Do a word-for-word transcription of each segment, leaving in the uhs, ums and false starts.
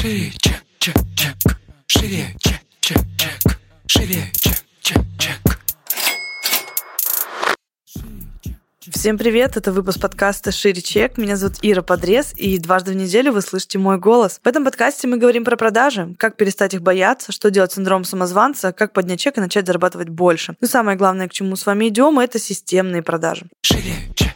Шире, чек, чек, чек. Шире, чек, чек, чек. Шире, чек, чек, чек. Всем привет, это выпуск подкаста «Шире чек». Меня зовут Ира Подрез, и дважды в неделю вы слышите мой голос. В этом подкасте мы говорим про продажи, как перестать их бояться, что делать с синдромом самозванца, как поднять чек и начать зарабатывать больше. Но самое главное, к чему с вами идем, это системные продажи. Шире, чек.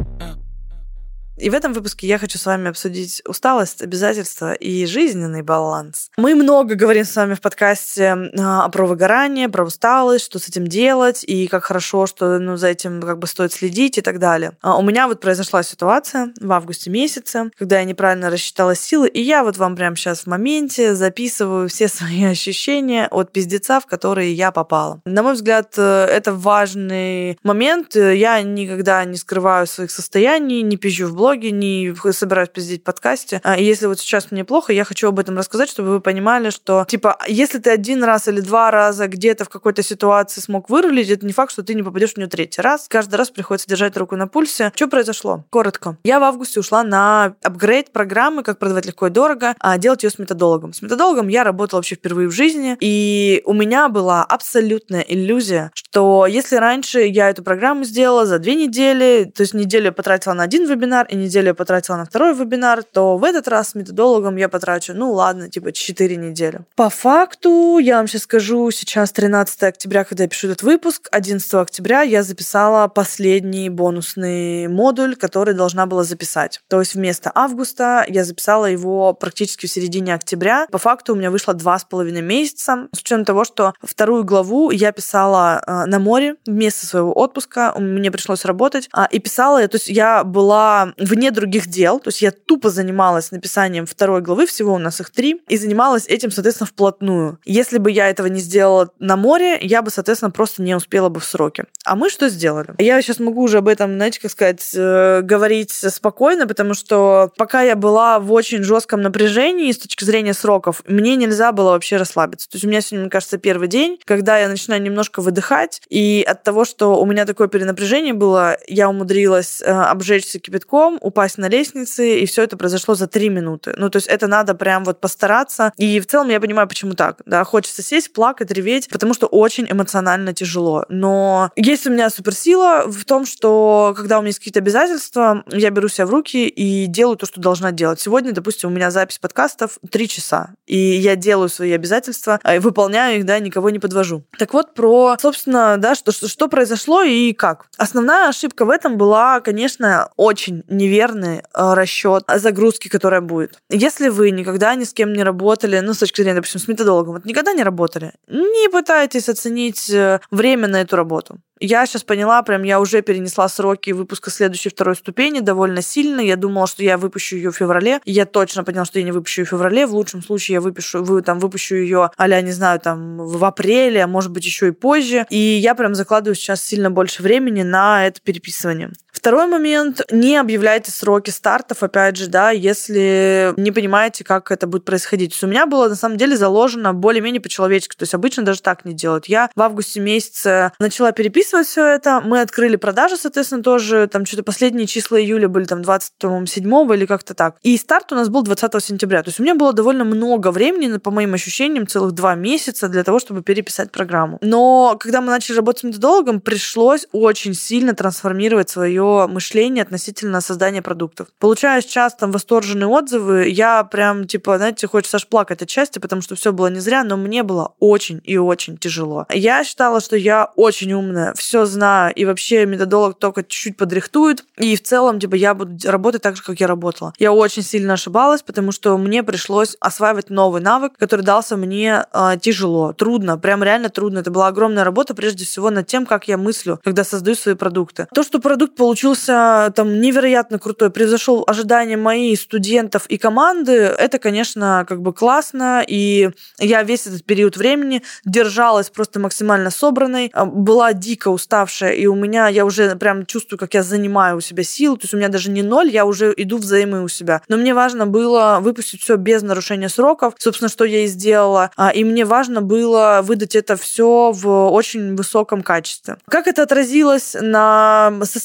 И в этом выпуске я хочу с вами обсудить усталость, обязательства и жизненный баланс. Мы много говорим с вами в подкасте про выгорание, про усталость, что с этим делать, и как хорошо, что ну, за этим как бы стоит следить и так далее. А у меня вот произошла ситуация в августе месяце, когда я неправильно рассчитала силы, и я вот вам прямо сейчас в моменте записываю все свои ощущения от пиздеца, в которые я попала. На мой взгляд, это важный момент. Я никогда не скрываю своих состояний, не пизжу в блог, не собираюсь пиздеть в подкасте. И если вот сейчас мне плохо, я хочу об этом рассказать, чтобы вы понимали, что, типа, если ты один раз или два раза где-то в какой-то ситуации смог вырулить, это не факт, что ты не попадешь в нее третий раз. Каждый раз приходится держать руку на пульсе. Что произошло? Коротко. Я в августе ушла на апгрейд программы «Как продавать легко и дорого», а делать ее с методологом. С методологом я работала вообще впервые в жизни, и у меня была абсолютная иллюзия, что если раньше я эту программу сделала за две недели, то есть неделю я потратила на один вебинар, и неделю я потратила на второй вебинар, то в этот раз с методологом я потрачу, ну ладно, типа четыре недели. По факту, я вам сейчас скажу, сейчас тринадцатое октября, когда я пишу этот выпуск, одиннадцатого октября я записала последний бонусный модуль, который должна была записать. То есть вместо августа я записала его практически в середине октября. По факту у меня вышло два с половиной месяца, с учетом того, что вторую главу я писала на море вместо своего отпуска, мне пришлось работать, и писала, то есть я была вне других дел, то есть я тупо занималась написанием второй главы, всего у нас их три, и занималась этим, соответственно, вплотную. Если бы я этого не сделала на море, я бы, соответственно, просто не успела бы в сроки. А мы что сделали? Я сейчас могу уже об этом, знаете, как сказать, говорить спокойно, потому что пока я была в очень жестком напряжении с точки зрения сроков, мне нельзя было вообще расслабиться. То есть у меня сегодня, мне кажется, первый день, когда я начинаю немножко выдыхать, и от того, что у меня такое перенапряжение было, я умудрилась обжечься кипятком, упасть на лестнице, и все это произошло за три минуты. Ну, то есть это надо прям вот постараться. И в целом я понимаю, почему так. Да, хочется сесть, плакать, реветь, потому что очень эмоционально тяжело. Но есть у меня суперсила в том, что когда у меня есть какие-то обязательства, я беру себя в руки и делаю то, что должна делать. Сегодня, допустим, у меня запись подкастов три часа, и я делаю свои обязательства, выполняю их, да, никого не подвожу. Так вот, про, собственно, да, что, что, что произошло и как. Основная ошибка в этом была, конечно, очень неверный расчет загрузки, которая будет. Если вы никогда ни с кем не работали, ну, с точки зрения, допустим, с методологом, вот никогда не работали, не пытайтесь оценить время на эту работу. Я сейчас поняла, прям я уже перенесла сроки выпуска следующей второй ступени довольно сильно. Я думала, что я выпущу ее в феврале. И я точно поняла, что я не выпущу ее в феврале. В лучшем случае я выпишу, вы, там, выпущу ее, а-ля, не знаю, там, в апреле, а может быть, еще и позже. И я прям закладываю сейчас сильно больше времени на это переписывание. Второй момент. Не объявляйте сроки стартов, опять же, да, если не понимаете, как это будет происходить. То есть у меня было, на самом деле, заложено более-менее по-человечески. То есть обычно даже так не делают. Я в августе месяце начала переписывать все это. Мы открыли продажи, соответственно, тоже. Там что-то последние числа июля были там двадцать седьмого или как-то так. И старт у нас был двадцатого сентября. То есть у меня было довольно много времени, по моим ощущениям, целых два месяца для того, чтобы переписать программу. Но когда мы начали работать с методологом, пришлось очень сильно трансформировать свое мышление относительно создания продуктов. Получаю сейчас там восторженные отзывы, я прям, типа, знаете, хочется аж плакать от счастья, потому что все было не зря, но мне было очень и очень тяжело. Я считала, что я очень умная, все знаю, и вообще методолог только чуть-чуть подрихтует, и в целом, типа, я буду работать так же, как я работала. Я очень сильно ошибалась, потому что мне пришлось осваивать новый навык, который дался мне э, тяжело, трудно, прям реально трудно. Это была огромная работа, прежде всего, над тем, как я мыслю, когда создаю свои продукты. То, что продукт получился там невероятно крутой, превзошел ожидания моих студентов и команды, это, конечно, как бы классно, и я весь этот период времени держалась просто максимально собранной, была дико уставшая, и у меня, я уже прям чувствую, как я занимаю у себя сил, то есть у меня даже не ноль, я уже иду взаймы у себя. Но мне важно было выпустить все без нарушения сроков, собственно, что я и сделала, и мне важно было выдать это все в очень высоком качестве. Как это отразилось на состоянии?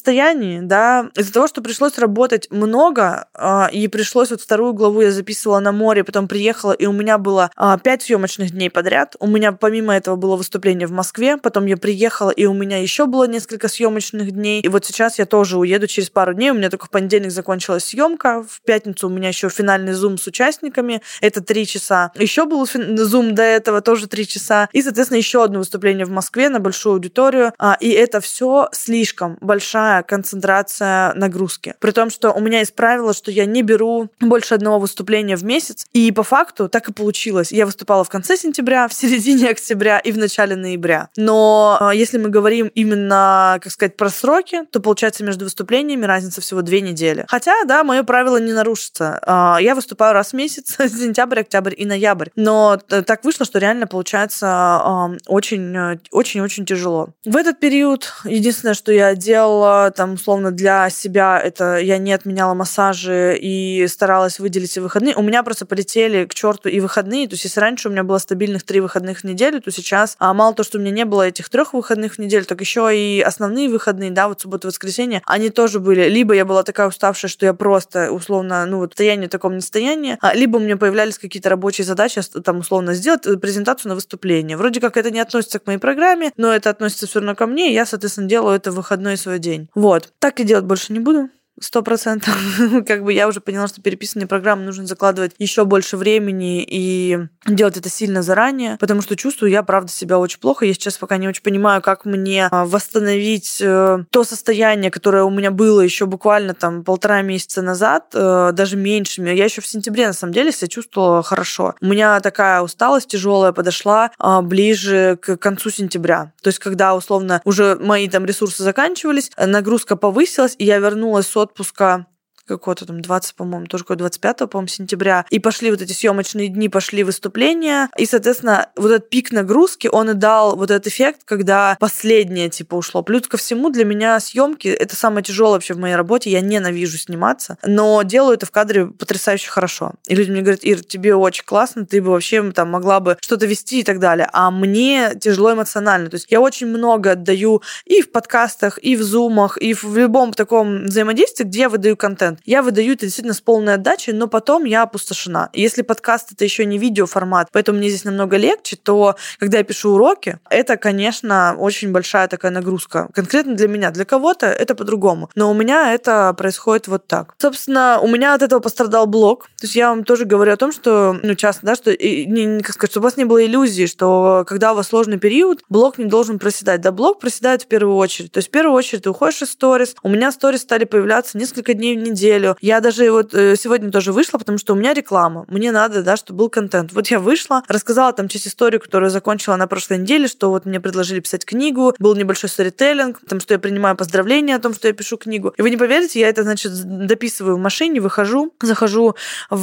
расписании, да, из-за того, что пришлось работать много, э, и пришлось вот вторую главу я записывала на море, потом приехала, и у меня было э, пять съемочных дней подряд. У меня помимо этого было выступление в Москве, потом я приехала, и у меня еще было несколько съемочных дней. И вот сейчас я тоже уеду через пару дней. У меня только в понедельник закончилась съемка, в пятницу у меня еще финальный зум с участниками, это три часа. Еще был зум до этого, тоже три часа. И, соответственно, еще одно выступление в Москве на большую аудиторию. А, и это все слишком большая концентрация нагрузки. При том, что у меня есть правило, что я не беру больше одного выступления в месяц. И по факту так и получилось. Я выступала в конце сентября, в середине октября и в начале ноября. Но а, если мы говорим именно, как сказать, про сроки, то, получается, между выступлениями разница всего две недели. Хотя, да, мое правило не нарушится. А, я выступаю раз в месяц, сентябрь, октябрь и ноябрь. Но так вышло, что реально получается очень-очень-очень тяжело. В этот период единственное, что я делала, там, условно, для себя, это я не отменяла массажи и старалась выделить и выходные. У меня просто полетели к черту и выходные. То есть, если раньше у меня было стабильных три выходных в неделю, то сейчас а мало того, что у меня не было этих трех выходных в неделю, так еще и основные выходные, да, вот суббота, воскресенье, они тоже были. Либо я была такая уставшая, что я просто, условно, ну, вот в состоянии, в таком состоянии, либо у меня появлялись какие-то рабочие задачи, там, условно, сделать презентацию на выступление. Вроде как это не относится к моей программе, но это относится все равно ко мне, и я, соответственно, делаю это в выходной свой день. Вот. Так и делать больше не буду. Сто процентов. Как бы я уже поняла, что переписывание программы нужно закладывать еще больше времени и делать это сильно заранее, потому что чувствую я, правда, себя очень плохо. Я сейчас пока не очень понимаю, как мне восстановить то состояние, которое у меня было еще буквально там полтора месяца назад, даже меньше. Я еще в сентябре, на самом деле, себя чувствовала хорошо. У меня такая усталость тяжелая подошла ближе к концу сентября. То есть, когда, условно, уже мои там ресурсы заканчивались, нагрузка повысилась, и я вернулась с отпуска какого-то там двадцать, по-моему, тоже какого-то двадцать пятого, по-моему, сентября. И пошли вот эти съемочные дни, пошли выступления. И, соответственно, вот этот пик нагрузки, он и дал вот этот эффект, когда последнее, типа, ушло. Плюс ко всему, для меня съемки это самое тяжелое вообще в моей работе. Я ненавижу сниматься, но делаю это в кадре потрясающе хорошо. И люди мне говорят: Ир, тебе очень классно, ты бы вообще там могла бы что-то вести и так далее. А мне тяжело эмоционально. То есть я очень много отдаю и в подкастах, и в зумах, и в любом таком взаимодействии, где я выдаю контент. Я выдаю это действительно с полной отдачей, но потом я опустошена. Если подкаст — это еще не видеоформат, поэтому мне здесь намного легче, то когда я пишу уроки, это, конечно, очень большая такая нагрузка. Конкретно для меня. Для кого-то это по-другому. Но у меня это происходит вот так. Собственно, у меня от этого пострадал блог. То есть я вам тоже говорю о том, что, ну, часто, да, что, не, как сказать, чтобы у вас не было иллюзий, что когда у вас сложный период, блог не должен проседать. Да, блог проседает в первую очередь. То есть в первую очередь ты уходишь из сторис. У меня сторис стали появляться несколько дней в неделю. Я даже вот сегодня тоже вышла, потому что у меня реклама. Мне надо, да, чтобы был контент. Вот я вышла, рассказала там часть историю, которую закончила на прошлой неделе, что вот мне предложили писать книгу, был небольшой сторителлинг, там, что я принимаю поздравления о том, что я пишу книгу. И вы не поверите, я это, значит, дописываю в машине, выхожу, захожу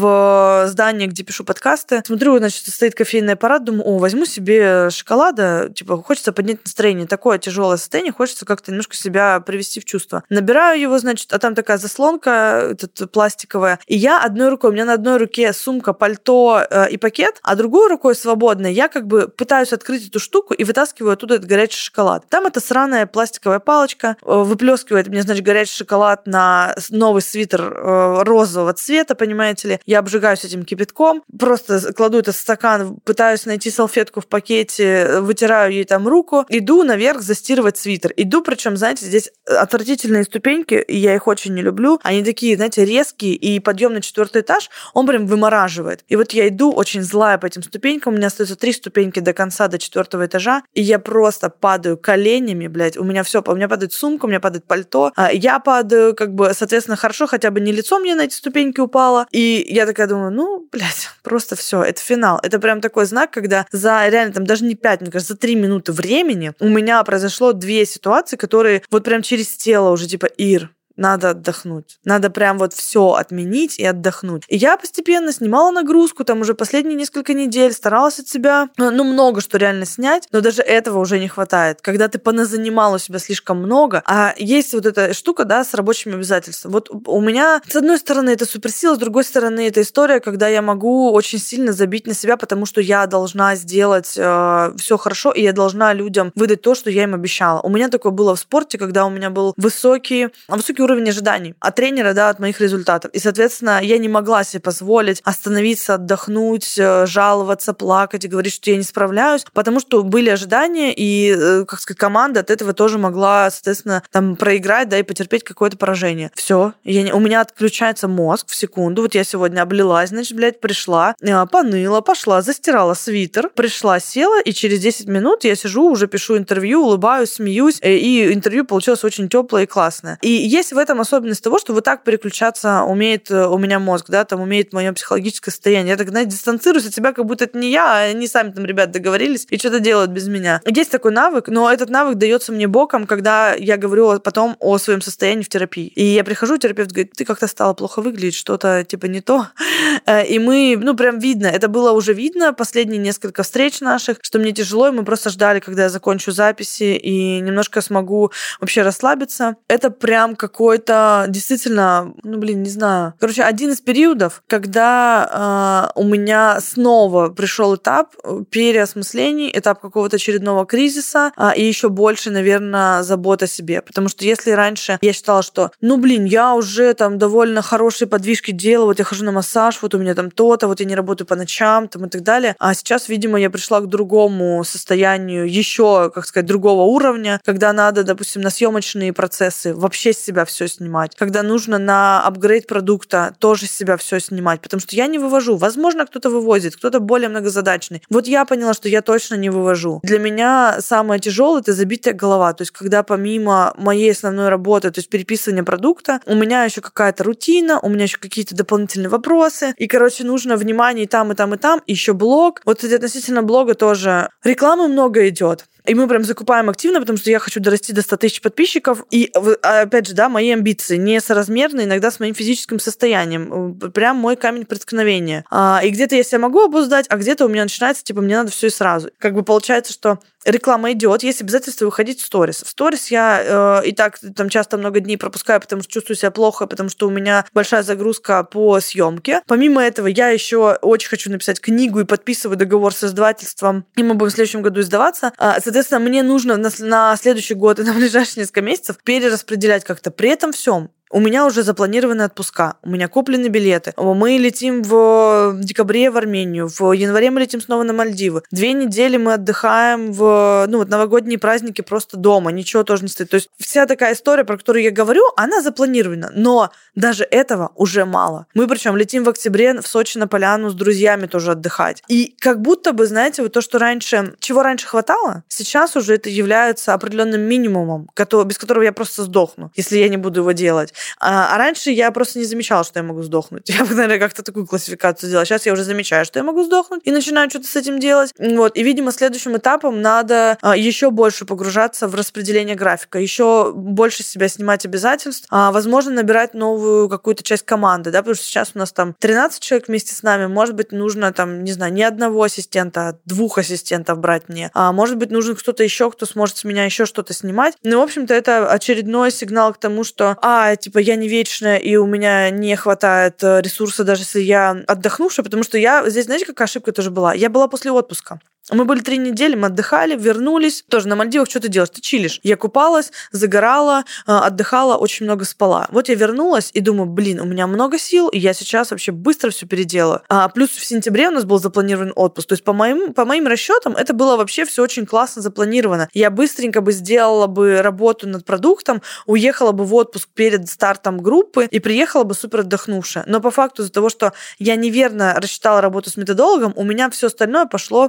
в здание, где пишу подкасты, смотрю, значит, стоит кофейный аппарат, думаю: о, возьму себе шоколада, типа, хочется поднять настроение. Такое тяжелое состояние, хочется как-то немножко себя привести в чувство. Набираю его, значит, а там такая заслонка, этот, пластиковая. И я одной рукой, у меня на одной руке сумка, пальто э, и пакет, а другой рукой свободной я как бы пытаюсь открыть эту штуку и вытаскиваю оттуда этот горячий шоколад. Там эта сраная пластиковая палочка э, выплескивает мне, значит, горячий шоколад на новый свитер э, розового цвета, понимаете ли. Я обжигаюсь этим кипятком, просто кладу это в стакан, пытаюсь найти салфетку в пакете, вытираю ей там руку, иду наверх застирывать свитер. Иду, причем, знаете, здесь отвратительные ступеньки, и я их очень не люблю. Они такие, знаете, резкие, и подъем на четвертый этаж, он прям вымораживает. И вот я иду очень злая по этим ступенькам, у меня остается три ступеньки до конца, до четвертого этажа, и я просто падаю коленями, блядь, у меня все, у меня падает сумка, у меня падает пальто, я падаю, как бы, соответственно, хорошо, хотя бы не лицом я на эти ступеньки упала, и я такая думаю: ну, блядь, просто все, это финал. Это прям такой знак, когда за реально там даже не пять, мне кажется, за три минуты времени у меня произошло две ситуации, которые вот прям через тело уже типа: Ир, надо отдохнуть. Надо прям вот все отменить и отдохнуть. И я постепенно снимала нагрузку, там уже последние несколько недель старалась от себя, ну, много что реально снять, но даже этого уже не хватает. Когда ты поназанимала у себя слишком много, а есть вот эта штука, да, с рабочими обязательствами. Вот у меня, с одной стороны, это суперсила, с другой стороны, это история, когда я могу очень сильно забить на себя, потому что я должна сделать э, все хорошо, и я должна людям выдать то, что я им обещала. У меня такое было в спорте, когда у меня был высокий, высокий уровень ожиданий от тренера, да, от моих результатов. И, соответственно, я не могла себе позволить остановиться, отдохнуть, жаловаться, плакать и говорить, что я не справляюсь, потому что были ожидания, и, как сказать, команда от этого тоже могла, соответственно, там проиграть, да, и потерпеть какое-то поражение. Все, я не... у меня отключается мозг в секунду. Вот я сегодня облилась, значит, блядь, пришла, поныла, пошла, застирала свитер, пришла, села, и через десять минут я сижу, уже пишу интервью, улыбаюсь, смеюсь, и интервью получилось очень теплое и классное. И есть в этом особенность того, что вот так переключаться умеет у меня мозг, да, там умеет мое психологическое состояние. Я так, знаете, дистанцируюсь от себя, как будто это не я, а они сами там, ребят, договорились и что-то делают без меня. Есть такой навык, но этот навык дается мне боком, когда я говорю потом о своем состоянии в терапии. И я прихожу, терапевт говорит, ты как-то стала плохо выглядеть, что-то типа не то. И мы, ну, прям видно, это было уже видно последние несколько встреч наших, что мне тяжело, и мы просто ждали, когда я закончу записи и немножко смогу вообще расслабиться. Это прям какой-то действительно, ну, блин, не знаю. Короче, один из периодов, когда э, у меня снова пришел этап переосмыслений, этап какого-то очередного кризиса э, и еще больше, наверное, забот о себе. Потому что если раньше я считала, что, ну, блин, я уже там довольно хорошие подвижки делаю, вот я хожу на массаж, вот у меня там то-то, вот я не работаю по ночам, там и так далее. А сейчас, видимо, я пришла к другому состоянию, еще, как сказать, другого уровня, когда надо, допустим, на съемочные процессы вообще с себя все снимать, когда нужно на апгрейд продукта тоже с себя все снимать, потому что я не вывожу. Возможно, кто-то вывозит, кто-то более многозадачный. Вот я поняла, что я точно не вывожу. Для меня самое тяжелое — это забитая голова. То есть, когда помимо моей основной работы, то есть переписывания продукта, у меня еще какая-то рутина, у меня еще какие-то дополнительные вопросы, и, короче, нужно внимание и там, и там, и там, и еще блог. Вот, кстати, относительно блога тоже рекламы много идет. И мы прям закупаем активно, потому что я хочу дорасти до ста тысяч подписчиков. И, опять же, да, мои амбиции несоразмерны иногда с моим физическим состоянием. Прям мой камень преткновения. И где-то я себя могу обуздать, а где-то у меня начинается, типа, мне надо все и сразу. Как бы получается, что реклама идет, есть обязательство выходить в сторис. В сторис я э, и так там часто много дней пропускаю, потому что чувствую себя плохо, потому что у меня большая загрузка по съемке. Помимо этого, я еще очень хочу написать книгу и подписываю договор с издательством, и мы будем в следующем году издаваться. Соответственно, мне нужно на, на следующий год и на ближайшие несколько месяцев перераспределять как-то. При этом всем у меня уже запланированы отпуска, у меня куплены билеты. Мы летим в декабре в Армению, в январе мы летим снова на Мальдивы. Две недели мы отдыхаем в ну, вот новогодние праздники просто дома, ничего тоже не стоит. То есть вся такая история, про которую я говорю, она запланирована, но даже этого уже мало. Мы причем летим в октябре в Сочи на поляну с друзьями тоже отдыхать. И как будто бы, знаете, вот то, что раньше, чего раньше хватало, сейчас уже это является определенным минимумом, без которого я просто сдохну, если я не буду его делать. А, а раньше я просто не замечала, что я могу сдохнуть. Я бы, наверное, как-то такую классификацию сделала. Сейчас я уже замечаю, что я могу сдохнуть, и начинаю что-то с этим делать. Вот. И, видимо, следующим этапом надо а, еще больше погружаться в распределение графика, еще больше с себя снимать обязательств, а, возможно, набирать новую какую-то часть команды, да, потому что сейчас у нас там тринадцать человек вместе с нами, может быть, нужно там, не знаю, не одного ассистента, а двух ассистентов брать мне, а может быть, нужен кто-то еще, кто сможет с меня еще что-то снимать. Ну, в общем-то, это очередной сигнал к тому, что, а, типа, я не вечная, и у меня не хватает ресурса, даже если я отдохнувшая, потому что я здесь, знаете, какая ошибка тоже была? Я была после отпуска. Мы были три недели, мы отдыхали, вернулись. Тоже на Мальдивах что ты делаешь? Ты чилишь. Я купалась, загорала, отдыхала, очень много спала. Вот я вернулась и думаю, блин, у меня много сил, и я сейчас вообще быстро все переделаю. А плюс в сентябре у нас был запланирован отпуск. То есть по моим, по моим расчетам это было вообще все очень классно запланировано. Я быстренько бы сделала бы работу над продуктом, уехала бы в отпуск перед стартом группы и приехала бы супер отдохнувшая. Но по факту из-за того, что я неверно рассчитала работу с методологом, у меня все остальное пошло, ну,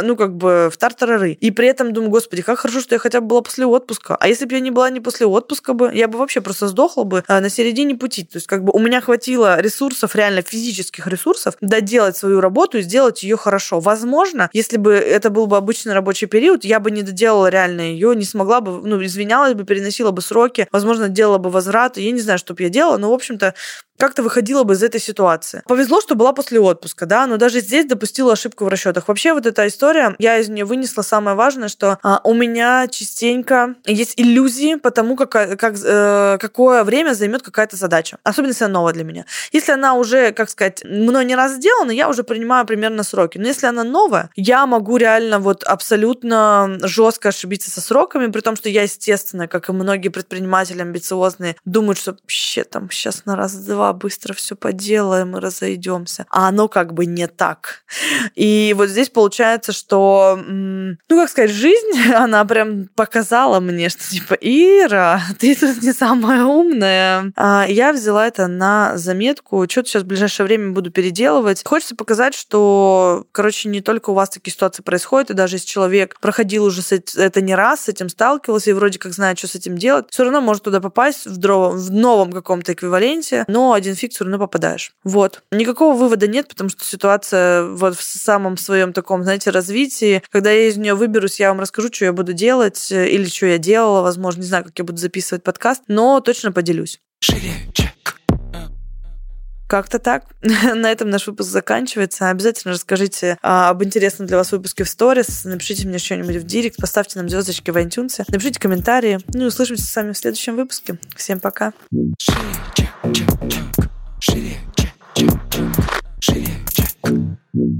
ну, как бы в тартарары. И при этом думаю, господи, как хорошо, что я хотя бы была после отпуска. А если бы я не была не после отпуска бы, я бы вообще просто сдохла бы на середине пути. То есть как бы у меня хватило ресурсов, реально физических ресурсов, доделать свою работу и сделать ее хорошо. Возможно, если бы это был бы обычный рабочий период, я бы не доделала реально ее, не смогла бы, ну, извинялась бы, переносила бы сроки, возможно, делала бы возврат. Я не знаю, что бы я делала, но, в общем-то, как-то выходила бы из этой ситуации. Повезло, что была после отпуска, да, но даже здесь допустила ошибку в расчетах. Вообще вот эта история, я из нее вынесла самое важное, что а, у меня частенько есть иллюзии по тому, как, как, э, какое время займет какая-то задача. Особенно, если она новая для меня. Если она уже, как сказать, мной не раз сделана, я уже принимаю примерно сроки. Но если она новая, я могу реально вот абсолютно жестко ошибиться со сроками, при том, что я, естественно, как и многие предприниматели амбициозные, думают, что вообще там сейчас на раз-два быстро все поделаем и разойдемся. А оно как бы не так. И вот здесь получается, что, ну, как сказать, жизнь, она прям показала мне, что типа, Ира, ты тут не самая умная. А я взяла это на заметку. Что-то сейчас в ближайшее время буду переделывать. Хочется показать, что, короче, не только у вас такие ситуации происходят, и даже если человек проходил уже это не раз, с этим сталкивался и вроде как знает, что с этим делать, все равно может туда попасть в, дро- в новом каком-то эквиваленте, но один фиг все равно попадаешь. Вот. Никакого вывода нет, потому что ситуация вот в самом своем таком, знаете, развитии. Когда я из нее выберусь, я вам расскажу, что я буду делать или что я делала, возможно, не знаю, как я буду записывать подкаст, но точно поделюсь. Как-то так. На этом наш выпуск заканчивается. Обязательно расскажите а, об интересном для вас выпуске в сторис. Напишите мне что-нибудь в директ, поставьте нам звездочки в iTunes, напишите комментарии. Ну и услышимся с вами в следующем выпуске. Всем пока. Шире, чек, чек, чек. Шире, чек, чек, чек. Шире, чек.